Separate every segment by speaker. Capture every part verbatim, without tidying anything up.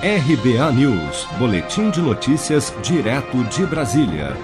Speaker 1: R B A News, boletim de notícias direto de Brasília.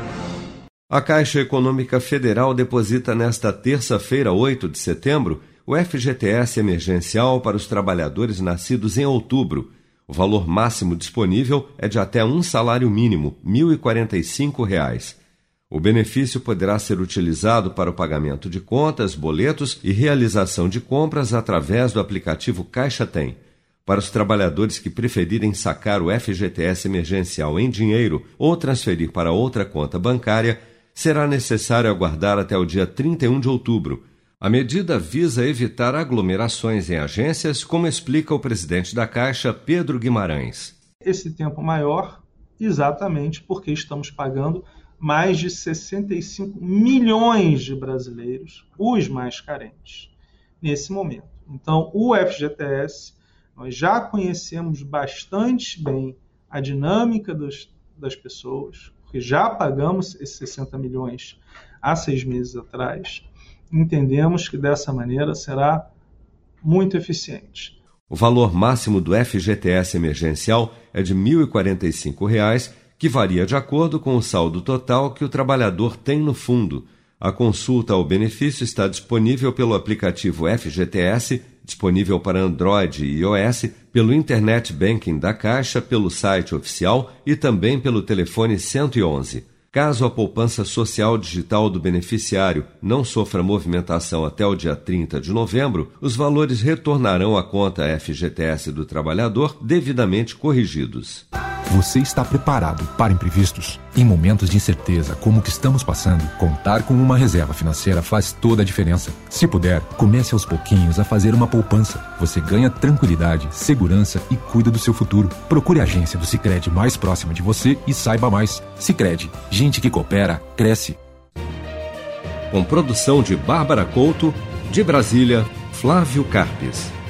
Speaker 1: A Caixa Econômica Federal deposita nesta terça-feira, oito de setembro, o F G T S emergencial para os trabalhadores nascidos em outubro. O valor máximo disponível é de até um salário mínimo, mil e quarenta e cinco reais. O benefício poderá ser utilizado para o pagamento de contas, boletos e realização de compras através do aplicativo Caixa Tem. Para os trabalhadores que preferirem sacar o F G T S emergencial em dinheiro ou transferir para outra conta bancária, será necessário aguardar até o dia trinta e um de outubro. A medida visa evitar aglomerações em agências, como explica o presidente da Caixa, Pedro Guimarães.
Speaker 2: Esse tempo maior, exatamente porque estamos pagando mais de sessenta e cinco milhões de brasileiros, os mais carentes, nesse momento. Então, o F G T S, nós já conhecemos bastante bem a dinâmica dos, das pessoas, porque já pagamos esses sessenta milhões há seis meses atrás. Entendemos que dessa maneira será muito eficiente.
Speaker 1: O valor máximo do F G T S emergencial é de mil e quarenta e cinco reais, que varia de acordo com o saldo total que o trabalhador tem no fundo. A consulta ao benefício está disponível pelo aplicativo F G T S, disponível para Android e iOS, pelo Internet Banking da Caixa, pelo site oficial e também pelo telefone cento e onze. Caso a poupança social digital do beneficiário não sofra movimentação até o dia trinta de novembro, os valores retornarão à conta F G T S do trabalhador devidamente corrigidos.
Speaker 3: Você está preparado para imprevistos? Em momentos de incerteza como o que estamos passando, contar com uma reserva financeira faz toda a diferença. Se puder, comece aos pouquinhos a fazer uma poupança. Você ganha tranquilidade, segurança e cuida do seu futuro. Procure a agência do Sicredi mais próxima de você e saiba mais. Sicredi, gente que coopera, cresce.
Speaker 1: Com produção de Bárbara Couto, de Brasília, Flávio Carpes.